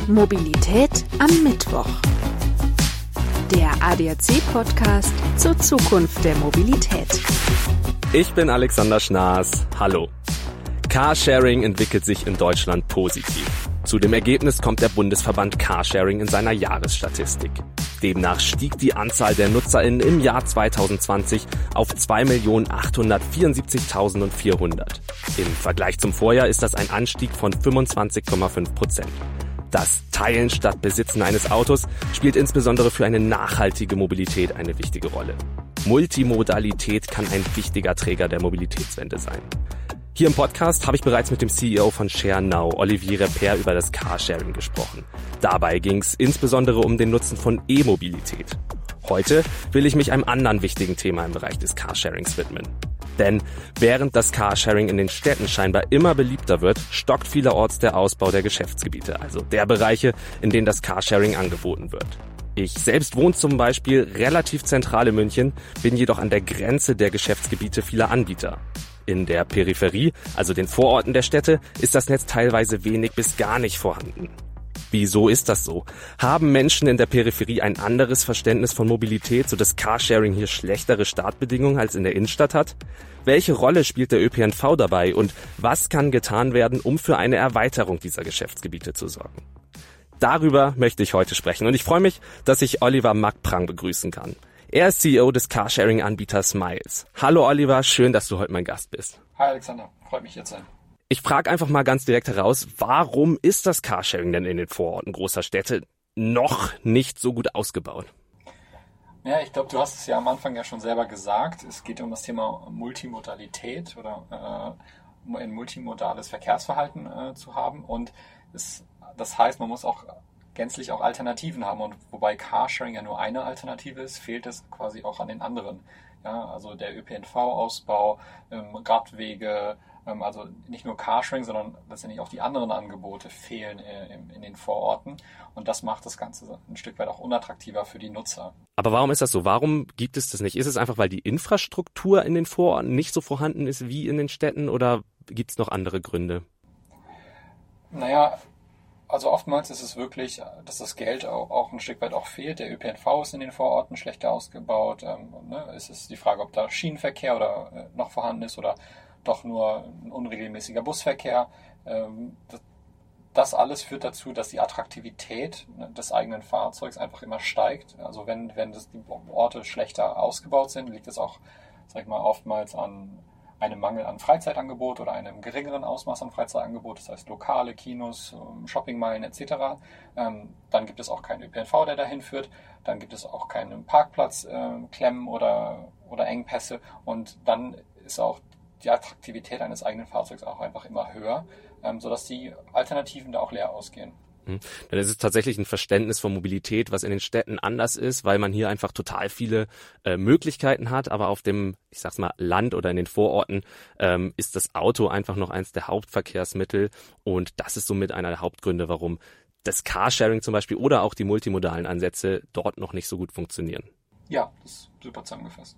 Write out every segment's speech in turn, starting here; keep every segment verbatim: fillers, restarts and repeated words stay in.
Mobilität am Mittwoch. Der A D A C-Podcast zur Zukunft der Mobilität. Ich bin Alexander Schnaas. Hallo. Carsharing entwickelt sich in Deutschland positiv. Zu dem Ergebnis kommt der Bundesverband Carsharing in seiner Jahresstatistik. Demnach stieg die Anzahl der NutzerInnen im Jahr zwanzig zwanzig auf zwei Millionen achthundertvierundsiebzigtausendvierhundert. Im Vergleich zum Vorjahr ist das ein Anstieg von fünfundzwanzig Komma fünf Prozent. Das Teilen statt Besitzen eines Autos spielt insbesondere für eine nachhaltige Mobilität eine wichtige Rolle. Multimodalität kann ein wichtiger Träger der Mobilitätswende sein. Hier im Podcast habe ich bereits mit dem C E O von ShareNow, Olivier Repaire, über das Carsharing gesprochen. Dabei ging es insbesondere um den Nutzen von E-Mobilität. Heute will ich mich einem anderen wichtigen Thema im Bereich des Carsharings widmen. Denn während das Carsharing in den Städten scheinbar immer beliebter wird, stockt vielerorts der Ausbau der Geschäftsgebiete, also der Bereiche, in denen das Carsharing angeboten wird. Ich selbst wohne zum Beispiel relativ zentral in München, bin jedoch an der Grenze der Geschäftsgebiete vieler Anbieter. In der Peripherie, also den Vororten der Städte, ist das Netz teilweise wenig bis gar nicht vorhanden. Wieso ist das so? Haben Menschen in der Peripherie ein anderes Verständnis von Mobilität, sodass Carsharing hier schlechtere Startbedingungen als in der Innenstadt hat? Welche Rolle spielt der Ö P N V dabei und was kann getan werden, um für eine Erweiterung dieser Geschäftsgebiete zu sorgen? Darüber möchte ich heute sprechen und ich freue mich, dass ich Oliver Magprang begrüßen kann. Er ist C E O des Carsharing-Anbieters Miles. Hallo Oliver, schön, dass du heute mein Gast bist. Hi Alexander, freut mich hier zu sein. Ich frage einfach mal ganz direkt heraus, warum ist das Carsharing denn in den Vororten großer Städte noch nicht so gut ausgebaut? Ja, ich glaube, du hast es ja am Anfang ja schon selber gesagt. Es geht um das Thema Multimodalität oder äh, ein multimodales Verkehrsverhalten äh, zu haben. Und es, das heißt, man muss auch gänzlich auch Alternativen haben. Und wobei Carsharing ja nur eine Alternative ist, fehlt es quasi auch an den anderen. Ja, also der Ö P N V-Ausbau, ähm, Radwege, ähm, also nicht nur Carsharing, sondern letztendlich auch die anderen Angebote fehlen äh, in, in den Vororten. Und das macht das Ganze ein Stück weit auch unattraktiver für die Nutzer. Aber warum ist das so? Warum gibt es das nicht? Ist es einfach, weil die Infrastruktur in den Vororten nicht so vorhanden ist wie in den Städten oder gibt es noch andere Gründe? Naja, also oftmals ist es wirklich, dass das Geld auch, auch ein Stück weit auch fehlt. Der Ö P N V ist in den Vororten schlechter ausgebaut. Ähm, ne? Es ist die Frage, ob da Schienenverkehr oder äh, noch vorhanden ist oder doch nur ein unregelmäßiger Busverkehr. Ähm, das, das alles führt dazu, dass die Attraktivität, ne, des eigenen Fahrzeugs einfach immer steigt. Also wenn, wenn das, die Orte schlechter ausgebaut sind, liegt es auch, sag ich mal, oftmals an einem Mangel an Freizeitangebot oder einem geringeren Ausmaß an Freizeitangebot, das heißt Lokale, Kinos, Shoppingmeilen et cetera. Ähm, dann gibt es auch keinen Ö P N V, der dahin führt. Dann gibt es auch keinen Parkplatzklemmen äh, oder, oder Engpässe. Und dann ist auch die Attraktivität eines eigenen Fahrzeugs auch einfach immer höher, ähm, sodass die Alternativen da auch leer ausgehen. Dann ist es tatsächlich ein Verständnis von Mobilität, was in den Städten anders ist, weil man hier einfach total viele äh, Möglichkeiten hat, aber auf dem, ich sag's mal, Land oder in den Vororten ähm, ist das Auto einfach noch eins der Hauptverkehrsmittel und das ist somit einer der Hauptgründe, warum das Carsharing zum Beispiel oder auch die multimodalen Ansätze dort noch nicht so gut funktionieren. Ja, das ist super zusammengefasst.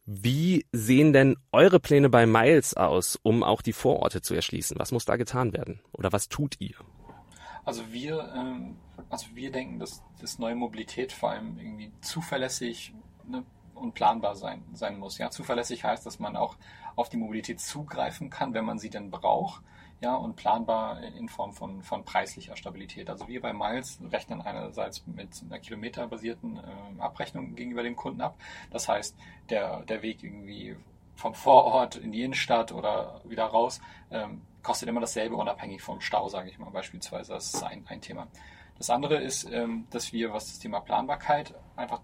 Wie sehen denn eure Pläne bei Miles aus, um auch die Vororte zu erschließen? Was muss da getan werden oder was tut ihr? Also wir, ähm, also wir denken, dass, dass neue Mobilität vor allem irgendwie zuverlässig, ne, und planbar sein, sein muss. Ja, zuverlässig heißt, dass man auch auf die Mobilität zugreifen kann, wenn man sie denn braucht. Ja, und planbar in Form von, von preislicher Stabilität. Also wir bei Miles rechnen einerseits mit einer kilometerbasierten äh, Abrechnung gegenüber dem Kunden ab. Das heißt, der, der Weg irgendwie vom Vorort in die Innenstadt oder wieder raus, ähm, kostet immer dasselbe, unabhängig vom Stau, sage ich mal beispielsweise. Das ist ein, ein Thema. Das andere ist, ähm, dass wir, was das Thema Planbarkeit einfach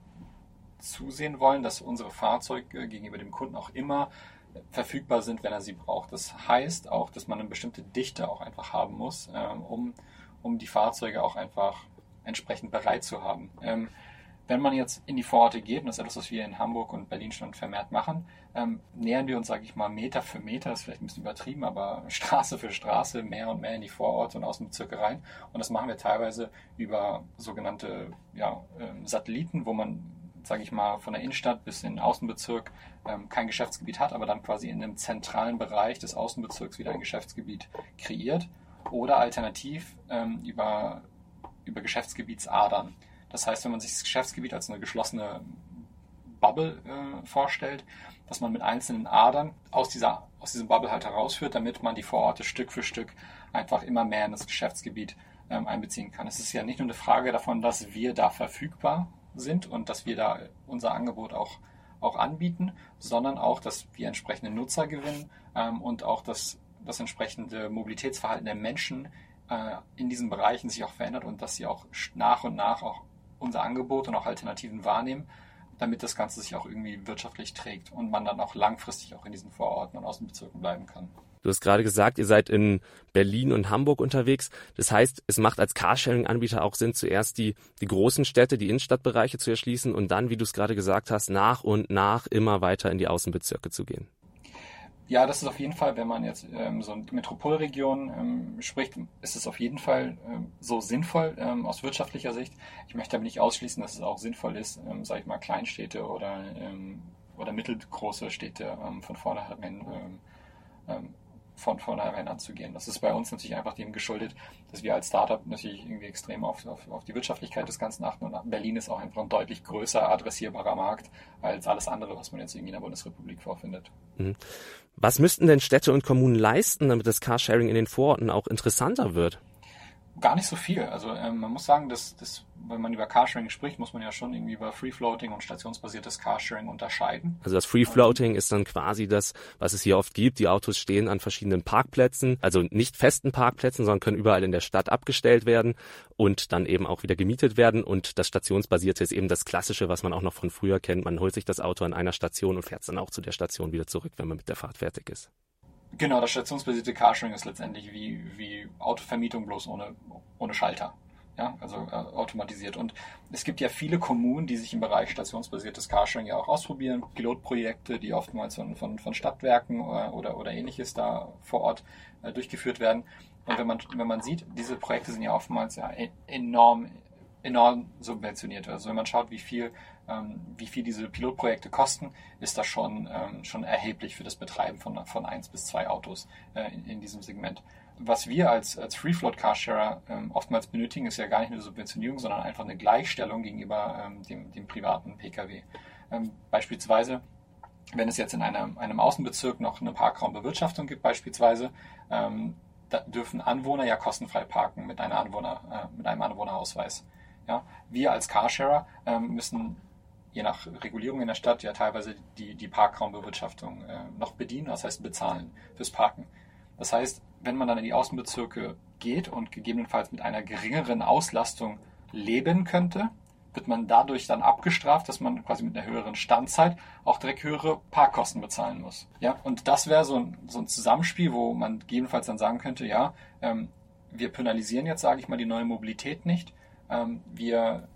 zusehen wollen, dass unsere Fahrzeuge gegenüber dem Kunden auch immer verfügbar sind, wenn er sie braucht. Das heißt auch, dass man eine bestimmte Dichte auch einfach haben muss, ähm, um, um die Fahrzeuge auch einfach entsprechend bereit zu haben. Ähm, Wenn man jetzt in die Vororte geht, und das ist etwas, was wir in Hamburg und Berlin schon vermehrt machen, ähm, nähern wir uns, sage ich mal, Meter für Meter, das ist vielleicht ein bisschen übertrieben, aber Straße für Straße mehr und mehr in die Vororte und Außenbezirke rein. Und das machen wir teilweise über sogenannte ja, ähm, Satelliten, wo man, sage ich mal, von der Innenstadt bis in den Außenbezirk ähm, kein Geschäftsgebiet hat, aber dann quasi in einem zentralen Bereich des Außenbezirks wieder ein Geschäftsgebiet kreiert. Oder alternativ ähm, über über Geschäftsgebietsadern. Das heißt, wenn man sich das Geschäftsgebiet als eine geschlossene Bubble äh, vorstellt, dass man mit einzelnen Adern aus dieser aus diesem Bubble halt herausführt, damit man die Vororte Stück für Stück einfach immer mehr in das Geschäftsgebiet ähm, einbeziehen kann. Es ist ja nicht nur eine Frage davon, dass wir da verfügbar sind und dass wir da unser Angebot auch, auch anbieten, sondern auch, dass wir entsprechende Nutzer gewinnen ähm, und auch das, das entsprechende Mobilitätsverhalten der Menschen äh, in diesen Bereichen sich auch verändert und dass sie auch nach und nach auch unser Angebot und auch Alternativen wahrnehmen, damit das Ganze sich auch irgendwie wirtschaftlich trägt und man dann auch langfristig auch in diesen Vororten und Außenbezirken bleiben kann. Du hast gerade gesagt, ihr seid in Berlin und Hamburg unterwegs. Das heißt, es macht als Carsharing-Anbieter auch Sinn, zuerst die, die großen Städte, die Innenstadtbereiche zu erschließen und dann, wie du es gerade gesagt hast, nach und nach immer weiter in die Außenbezirke zu gehen. Ja, das ist auf jeden Fall, wenn man jetzt ähm, so eine Metropolregion ähm, spricht, ist es auf jeden Fall ähm, so sinnvoll ähm, aus wirtschaftlicher Sicht. Ich möchte aber nicht ausschließen, dass es auch sinnvoll ist, ähm, sage ich mal, Kleinstädte oder, ähm, oder mittelgroße Städte ähm, von vornherein ähm, ähm, von vornherein anzugehen. Das ist bei uns natürlich einfach dem geschuldet, dass wir als Startup natürlich irgendwie extrem auf, auf, auf die Wirtschaftlichkeit des Ganzen achten und Berlin ist auch einfach ein deutlich größer adressierbarer Markt als alles andere, was man jetzt irgendwie in der Bundesrepublik vorfindet. Mhm. Was müssten denn Städte und Kommunen leisten, damit das Carsharing in den Vororten auch interessanter wird? Gar nicht so viel. Also ähm, man muss sagen, dass, dass wenn man über Carsharing spricht, muss man ja schon irgendwie über Free-Floating und stationsbasiertes Carsharing unterscheiden. Also das Free-Floating ist dann quasi das, was es hier oft gibt. Die Autos stehen an verschiedenen Parkplätzen, also nicht festen Parkplätzen, sondern können überall in der Stadt abgestellt werden und dann eben auch wieder gemietet werden. Und das Stationsbasierte ist eben das Klassische, was man auch noch von früher kennt. Man holt sich das Auto an einer Station und fährt es dann auch zu der Station wieder zurück, wenn man mit der Fahrt fertig ist. Genau, das stationsbasierte Carsharing ist letztendlich wie, wie Autovermietung, bloß ohne, ohne Schalter. Ja, also äh, automatisiert. Und es gibt ja viele Kommunen, die sich im Bereich stationsbasiertes Carsharing ja auch ausprobieren. Pilotprojekte, die oftmals von, von, von Stadtwerken oder, oder, oder ähnliches da vor Ort äh, durchgeführt werden. Und wenn man, wenn man sieht, diese Projekte sind ja oftmals ja enorm, enorm subventioniert. Also wenn man schaut, wie viel, ähm, wie viel diese Pilotprojekte kosten, ist das schon, ähm, schon erheblich für das Betreiben von, von eins bis zwei Autos äh, in, in diesem Segment. Was wir als, als Free-Float-Carsharer ähm, oftmals benötigen, ist ja gar nicht eine Subventionierung, sondern einfach eine Gleichstellung gegenüber ähm, dem, dem privaten Pkw. Ähm, beispielsweise, wenn es jetzt in einem, einem Außenbezirk noch eine Parkraumbewirtschaftung gibt, beispielsweise, ähm, da dürfen Anwohner ja kostenfrei parken mit, einer Anwohner, äh, mit einem Anwohnerausweis. Ja? Wir als Carsharer ähm, müssen je nach Regulierung in der Stadt ja teilweise die, die Parkraumbewirtschaftung äh, noch bedienen, das heißt bezahlen fürs Parken. Das heißt, wenn man dann in die Außenbezirke geht und gegebenenfalls mit einer geringeren Auslastung leben könnte, wird man dadurch dann abgestraft, dass man quasi mit einer höheren Standzeit auch direkt höhere Parkkosten bezahlen muss. Ja, und das wäre so ein, so ein Zusammenspiel, wo man gegebenenfalls dann sagen könnte, ja, ähm, wir penalisieren jetzt, sage ich mal, die neue Mobilität nicht. Ähm, wir,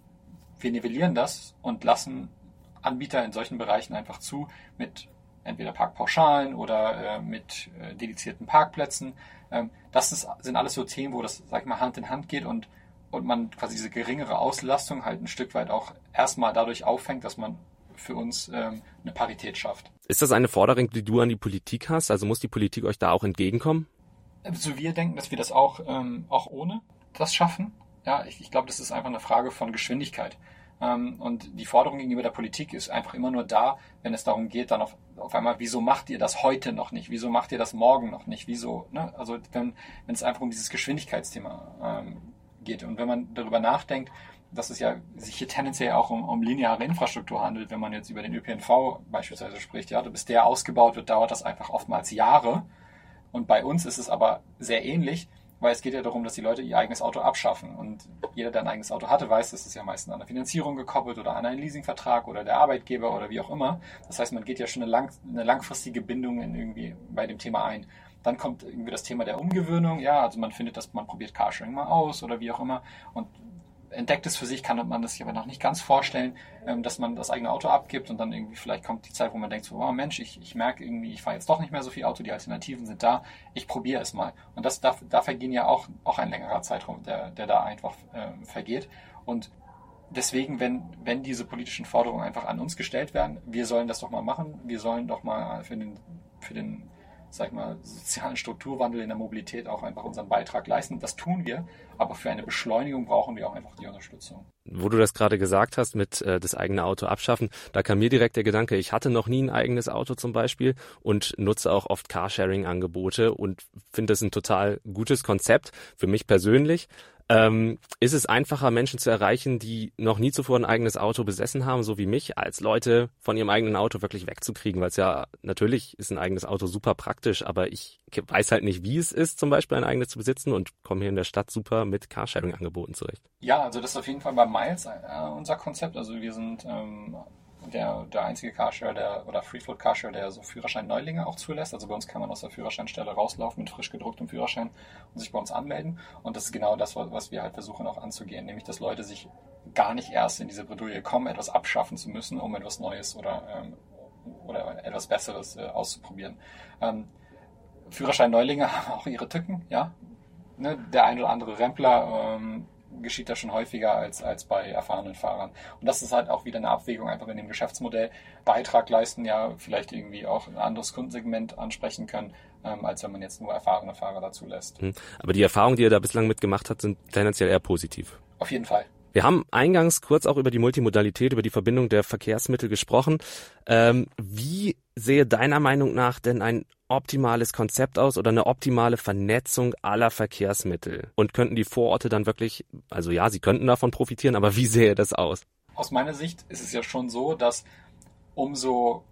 wir nivellieren das und lassen Anbieter in solchen Bereichen einfach zu mit entweder Parkpauschalen oder äh, mit äh, dedizierten Parkplätzen. Ähm, das ist, sind alles so Themen, wo das, sag ich mal, Hand in Hand geht und, und man quasi diese geringere Auslastung halt ein Stück weit auch erstmal dadurch auffängt, dass man für uns ähm, eine Parität schafft. Ist das eine Forderung, die du an die Politik hast? Also muss die Politik euch da auch entgegenkommen? Also wir denken, dass wir das auch, ähm, auch ohne das schaffen. Ja, ich, ich glaube, das ist einfach eine Frage von Geschwindigkeit. Ähm, und die Forderung gegenüber der Politik ist einfach immer nur da, wenn es darum geht, dann auf, auf einmal, wieso macht ihr das heute noch nicht? Wieso macht ihr das morgen noch nicht? Wieso? Ne? Also wenn, wenn es einfach um dieses Geschwindigkeitsthema ähm, geht. Und wenn man darüber nachdenkt, dass es ja sich hier tendenziell auch um, um lineare Infrastruktur handelt, wenn man jetzt über den Ö P N V beispielsweise spricht, ja, bis der ausgebaut wird, dauert das einfach oftmals Jahre. Und bei uns ist es aber sehr ähnlich, weil es geht ja darum, dass die Leute ihr eigenes Auto abschaffen. Und jeder, der ein eigenes Auto hatte, weiß, das ist ja meistens an eine Finanzierung gekoppelt oder an einen Leasingvertrag oder der Arbeitgeber oder wie auch immer. Das heißt, man geht ja schon eine, lang, eine langfristige Bindung in irgendwie bei dem Thema ein. Dann kommt irgendwie das Thema der Umgewöhnung. Ja, also man findet, dass man probiert Carsharing mal aus oder wie auch immer. Und entdeckt es für sich, kann man das sich aber noch nicht ganz vorstellen, dass man das eigene Auto abgibt und dann irgendwie vielleicht kommt die Zeit, wo man denkt, so, oh Mensch, ich, ich merke irgendwie, ich fahre jetzt doch nicht mehr so viel Auto, die Alternativen sind da, ich probiere es mal. Und das da, da vergehen ja auch, auch ein längerer Zeitraum, der, der da einfach äh, vergeht. Und deswegen, wenn, wenn diese politischen Forderungen einfach an uns gestellt werden, wir sollen das doch mal machen, wir sollen doch mal für den, für den sag ich mal, sozialen Strukturwandel in der Mobilität auch einfach unseren Beitrag leisten. Das tun wir, aber für eine Beschleunigung brauchen wir auch einfach die Unterstützung. Wo du das gerade gesagt hast mit äh, das eigene Auto abschaffen, da kam mir direkt der Gedanke, ich hatte noch nie ein eigenes Auto zum Beispiel und nutze auch oft Carsharing-Angebote und finde das ein total gutes Konzept für mich persönlich. Ähm, ist es einfacher, Menschen zu erreichen, die noch nie zuvor ein eigenes Auto besessen haben, so wie mich, als Leute von ihrem eigenen Auto wirklich wegzukriegen? Weil es ja, natürlich ist ein eigenes Auto super praktisch, aber ich weiß halt nicht, wie es ist, zum Beispiel ein eigenes zu besitzen und komme hier in der Stadt super mit Carsharing-Angeboten zurecht. Ja, also das ist auf jeden Fall bei Miles äh, unser Konzept. Also wir sind ähm, der, der einzige Carshare der, oder Freefloat Carshare, der so Führerschein-Neulinge auch zulässt. Also bei uns kann man aus der Führerscheinstelle rauslaufen mit frisch gedrucktem Führerschein und sich bei uns anmelden. Und das ist genau das, was wir halt versuchen auch anzugehen, nämlich dass Leute sich gar nicht erst in diese Bredouille kommen, etwas abschaffen zu müssen, um etwas Neues oder, ähm, oder etwas Besseres äh, auszuprobieren. Ähm, Führerschein-Neulinge haben auch ihre Tücken, ja. Ne, der ein oder andere Rempler ähm, geschieht das schon häufiger als, als bei erfahrenen Fahrern. Und das ist halt auch wieder eine Abwägung einfach in dem Geschäftsmodell. Beitrag leisten, ja, vielleicht irgendwie auch ein anderes Kundensegment ansprechen können, ähm, als wenn man jetzt nur erfahrene Fahrer dazu lässt. Aber die Erfahrungen, die ihr da bislang mitgemacht habt, sind tendenziell eher positiv. Auf jeden Fall. Wir haben eingangs kurz auch über die Multimodalität, über die Verbindung der Verkehrsmittel gesprochen. Ähm, wie sehe deiner Meinung nach denn ein optimales Konzept aus oder eine optimale Vernetzung aller Verkehrsmittel? Und könnten die Vororte dann wirklich, also ja, sie könnten davon profitieren, aber wie sähe das aus? Aus meiner Sicht ist es ja schon so, dass umso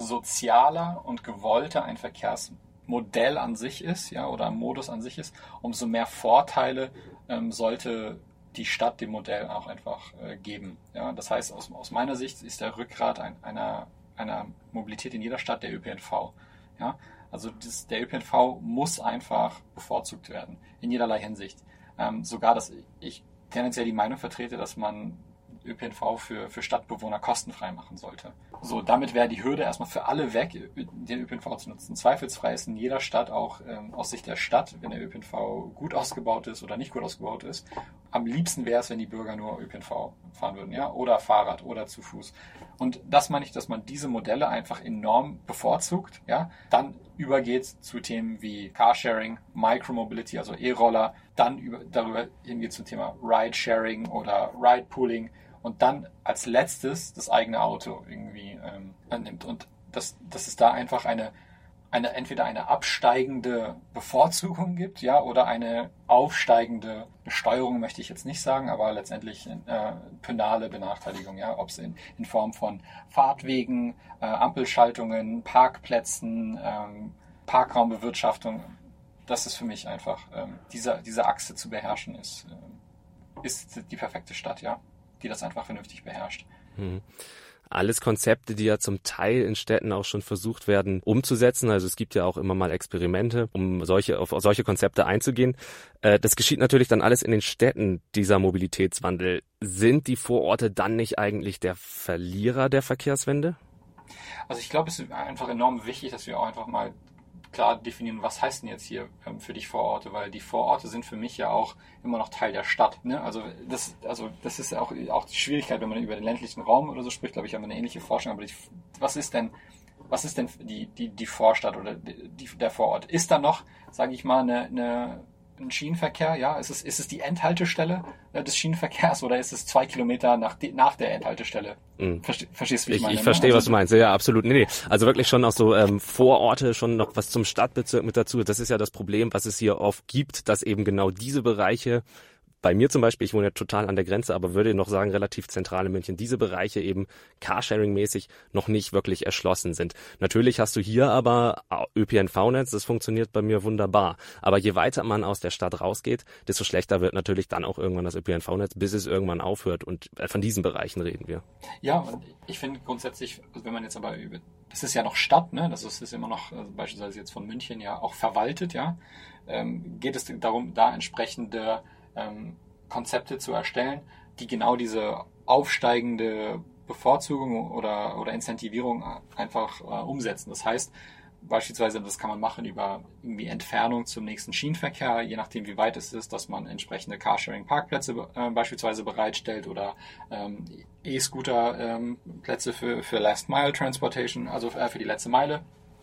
sozialer und gewollter ein Verkehrsmodell an sich ist, ja, oder ein Modus an sich ist, umso mehr Vorteile ähm, sollte die Stadt dem Modell auch einfach äh, geben. Ja, das heißt, aus, aus meiner Sicht ist der Rückgrat ein, einer, einer Mobilität in jeder Stadt der Ö P N V. Ja, also das, der Ö P N V muss einfach bevorzugt werden, in jederlei Hinsicht. Ähm, sogar, dass ich tendenziell die Meinung vertrete, dass man Ö P N V für, für Stadtbewohner kostenfrei machen sollte. So, damit wäre die Hürde erstmal für alle weg, den Ö P N V zu nutzen. Zweifelsfrei ist in jeder Stadt auch ähm, aus Sicht der Stadt, wenn der Ö P N V gut ausgebaut ist oder nicht gut ausgebaut ist. Am liebsten wäre es, wenn die Bürger nur Ö P N V fahren würden, ja, oder Fahrrad oder zu Fuß. Und das meine ich, dass man diese Modelle einfach enorm bevorzugt, ja. Dann übergeht zu Themen wie Carsharing, Micromobility, also E-Roller, dann über, darüber hingeht zum Thema Ride-Sharing oder Ride-Pooling und dann als letztes das eigene Auto irgendwie ähm, annimmt. Und dass, dass es da einfach eine, eine entweder eine absteigende Bevorzugung gibt, ja, oder eine aufsteigende Besteuerung, möchte ich jetzt nicht sagen, aber letztendlich äh, penale Benachteiligung, ja, ob es in, in Form von Fahrtwegen, äh, Ampelschaltungen, Parkplätzen, ähm, Parkraumbewirtschaftung, das ist für mich einfach, ähm, diese, diese Achse zu beherrschen ist, äh, ist die perfekte Stadt, ja, die das einfach vernünftig beherrscht. Hm. Alles Konzepte, die ja zum Teil in Städten auch schon versucht werden umzusetzen. Also es gibt ja auch immer mal Experimente, um solche auf solche Konzepte einzugehen. Äh, das geschieht natürlich dann alles in den Städten, dieser Mobilitätswandel. Sind die Vororte dann nicht eigentlich der Verlierer der Verkehrswende? Also ich glaube, es ist einfach enorm wichtig, dass wir auch einfach mal klar definieren, was heißt denn jetzt hier ähm, für dich Vororte, weil die Vororte sind für mich ja auch immer noch Teil der Stadt. Ne? Also das, also das ist auch, auch die Schwierigkeit, wenn man über den ländlichen Raum oder so spricht, glaube ich, haben wir eine ähnliche Forschung. Aber die, was ist denn, was ist denn die, die, die Vorstadt oder die, die, der Vorort? Ist da noch, sage ich mal, eine, eine ein Schienenverkehr, ja? Ist es, ist es die Endhaltestelle äh, des Schienenverkehrs oder ist es zwei Kilometer nach, de, nach der Endhaltestelle? Mhm. Verste, verstehst du, wie ich, ich meine? Ich verstehe, also, was du meinst. Ja, absolut. Nee, nee. Also wirklich schon auch so ähm, Vororte, schon noch was zum Stadtbezirk mit dazu. Das ist ja das Problem, was es hier oft gibt, dass eben genau diese Bereiche, bei mir zum Beispiel, ich wohne ja total an der Grenze, aber würde noch sagen, relativ zentral in München, diese Bereiche eben Carsharing-mäßig noch nicht wirklich erschlossen sind. Natürlich hast du hier aber Ö P N V-Netz, das funktioniert bei mir wunderbar. Aber je weiter man aus der Stadt rausgeht, desto schlechter wird natürlich dann auch irgendwann das Ö P N V-Netz, bis es irgendwann aufhört. Und von diesen Bereichen reden wir. Ja, und ich finde grundsätzlich, wenn man jetzt aber über, das ist ja noch Stadt, ne? Das ist, ist immer noch, also beispielsweise jetzt von München ja auch verwaltet, ja, ähm, geht es darum, da entsprechende Ähm, Konzepte zu erstellen, die genau diese aufsteigende Bevorzugung oder, oder Incentivierung einfach äh, umsetzen. Das heißt, beispielsweise, das kann man machen über irgendwie Entfernung zum nächsten Schienenverkehr, je nachdem wie weit es ist, dass man entsprechende Carsharing-Parkplätze äh, beispielsweise bereitstellt oder ähm, E-Scooter-Plätze ähm, für, für Last Mile Transportation, also äh, für die letzte Meile.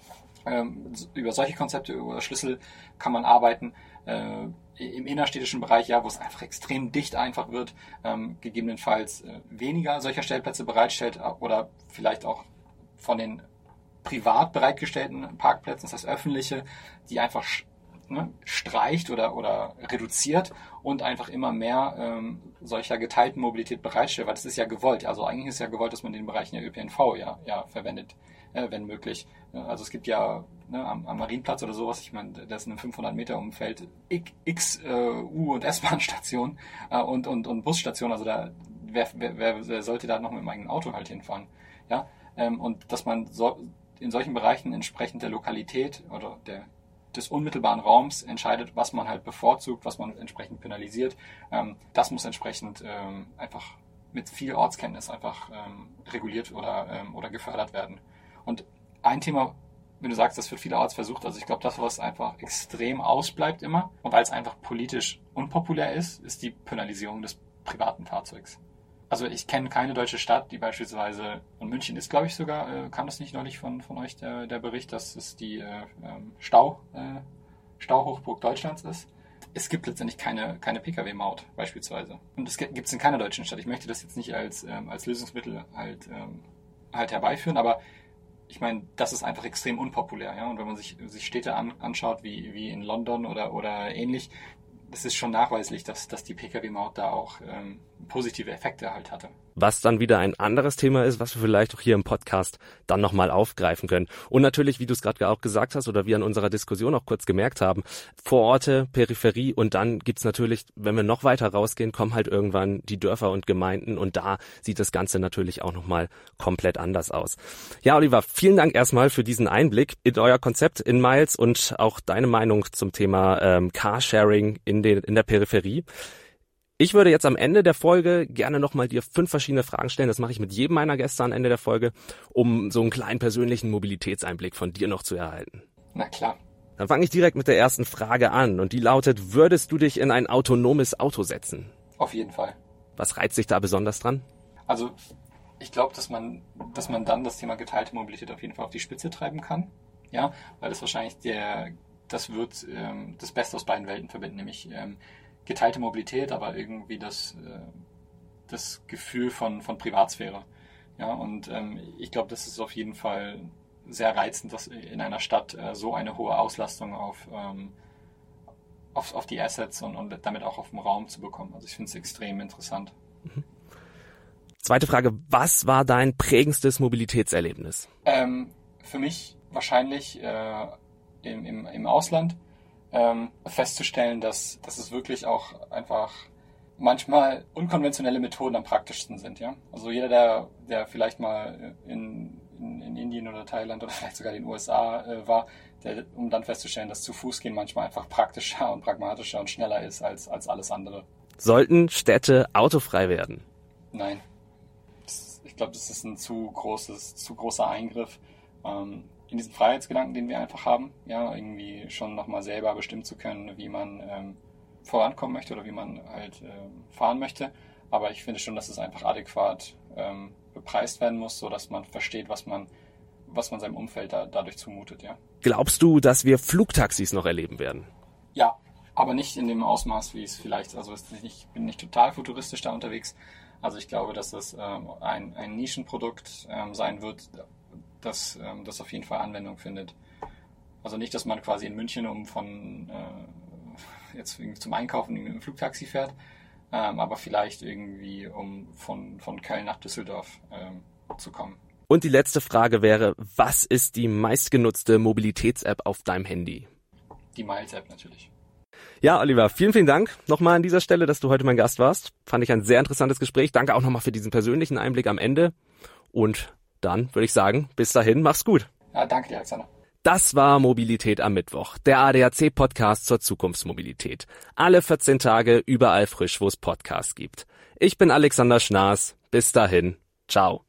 Ähm, über solche Konzepte, über Schlüssel kann man arbeiten. Äh, Im innerstädtischen Bereich, ja, wo es einfach extrem dicht einfach wird, ähm, gegebenenfalls äh, weniger solcher Stellplätze bereitstellt oder vielleicht auch von den privat bereitgestellten Parkplätzen, das heißt öffentliche, die einfach ne, streicht oder, oder reduziert und einfach immer mehr ähm, solcher geteilten Mobilität bereitstellt, weil das ist ja gewollt. Also eigentlich ist ja gewollt, dass man den Bereichen der Ö P N V ja, ja verwendet, äh, wenn möglich. Also es gibt ja ne, am, am Marienplatz oder sowas, ich meine, das ist in einem fünfhundert Meter Umfeld x äh, U- und S-Bahn-Stationen äh, und, und, und Busstationen, also da wer, wer, wer sollte da noch mit dem eigenen Auto halt hinfahren? Ja, ähm, und dass man so, in solchen Bereichen entsprechend der Lokalität oder der des unmittelbaren Raums entscheidet, was man halt bevorzugt, was man entsprechend penalisiert. Ähm, das muss entsprechend ähm, einfach mit viel Ortskenntnis einfach ähm, reguliert oder, ähm, oder gefördert werden. Und ein Thema, wenn du sagst, das wird vielerorts versucht, also ich glaube, das, was einfach extrem ausbleibt immer und weil es einfach politisch unpopulär ist, ist die Penalisierung des privaten Fahrzeugs. Also ich kenne keine deutsche Stadt, die beispielsweise, und München ist, glaube ich, sogar, äh, kam das nicht neulich von, von euch, der, der Bericht, dass es die äh, Stau, äh, Stauhochburg Deutschlands ist. Es gibt letztendlich keine, keine Pkw-Maut beispielsweise. Und das gibt es in keiner deutschen Stadt. Ich möchte das jetzt nicht als, ähm, als Lösungsmittel halt, ähm, halt herbeiführen, aber ich meine, das ist einfach extrem unpopulär. Ja? Und wenn man sich, sich Städte an, anschaut, wie, wie in London oder, oder ähnlich, es ist schon nachweislich, dass, dass die Pkw-Maut da auch ähm, positive Effekte halt hatte. Was dann wieder ein anderes Thema ist, was wir vielleicht auch hier im Podcast dann nochmal aufgreifen können. Und natürlich, wie du es gerade auch gesagt hast oder wir in unserer Diskussion auch kurz gemerkt haben, Vororte, Peripherie und dann gibt's natürlich, wenn wir noch weiter rausgehen, kommen halt irgendwann die Dörfer und Gemeinden und da sieht das Ganze natürlich auch nochmal komplett anders aus. Ja, Oliver, vielen Dank erstmal für diesen Einblick in euer Konzept in Miles und auch deine Meinung zum Thema ähm, Carsharing in, den, in der Peripherie. Ich würde jetzt am Ende der Folge gerne nochmal dir fünf verschiedene Fragen stellen. Das mache ich mit jedem meiner Gäste am Ende der Folge, um so einen kleinen persönlichen Mobilitätseinblick von dir noch zu erhalten. Na klar. Dann fange ich direkt mit der ersten Frage an und die lautet, würdest du dich in ein autonomes Auto setzen? Auf jeden Fall. Was reizt dich da besonders dran? Also ich glaube, dass man, dass man dann das Thema geteilte Mobilität auf jeden Fall auf die Spitze treiben kann. Ja, weil das wahrscheinlich der, das wird ähm, das Beste aus beiden Welten verbinden, nämlich ähm, geteilte Mobilität, aber irgendwie das, äh, das Gefühl von, von Privatsphäre. Ja, und ähm, ich glaube, das ist auf jeden Fall sehr reizend, dass in einer Stadt äh, so eine hohe Auslastung auf, ähm, auf, auf die Assets und, und damit auch auf den Raum zu bekommen. Also ich finde es extrem interessant. Mhm. Zweite Frage, was war dein prägendstes Mobilitätserlebnis? Ähm, für mich wahrscheinlich äh, im, im, im Ausland. Ähm, festzustellen, dass, dass es wirklich auch einfach manchmal unkonventionelle Methoden am praktischsten sind. Ja? Also jeder, der, der vielleicht mal in, in, in Indien oder Thailand oder vielleicht sogar den U S A äh, war, der, um dann festzustellen, dass zu Fuß gehen manchmal einfach praktischer und pragmatischer und schneller ist als, als alles andere. Sollten Städte autofrei werden? Nein. Das, ich glaube, das ist ein zu großes, zu großer Eingriff. Ähm, in diesen Freiheitsgedanken, den wir einfach haben, ja, irgendwie schon nochmal selber bestimmen zu können, wie man ähm, vorankommen möchte oder wie man halt ähm, fahren möchte. Aber ich finde schon, dass es einfach adäquat ähm, bepreist werden muss, sodass man versteht, was man, was man seinem Umfeld da, dadurch zumutet, ja. Glaubst du, dass wir Flugtaxis noch erleben werden? Ja, aber nicht in dem Ausmaß, wie es vielleicht, also ich bin nicht total futuristisch da unterwegs. Also ich glaube, dass das ähm, ein, ein Nischenprodukt ähm, sein wird, dass ähm, das auf jeden Fall Anwendung findet. Also nicht, dass man quasi in München um von äh, jetzt zum Einkaufen mit dem Flugtaxi fährt, ähm, aber vielleicht irgendwie um von, von Köln nach Düsseldorf ähm, zu kommen. Und die letzte Frage wäre, was ist die meistgenutzte Mobilitäts-App auf deinem Handy? Die Miles-App natürlich. Ja, Oliver, vielen, vielen Dank nochmal an dieser Stelle, dass du heute mein Gast warst. Fand ich ein sehr interessantes Gespräch. Danke auch nochmal für diesen persönlichen Einblick am Ende. Und dann würde ich sagen, bis dahin, mach's gut. Ja, danke dir, Alexander. Das war Mobilität am Mittwoch, der A D A C-Podcast zur Zukunftsmobilität. Alle vierzehn Tage überall frisch, wo es Podcasts gibt. Ich bin Alexander Schnaas. Bis dahin, ciao.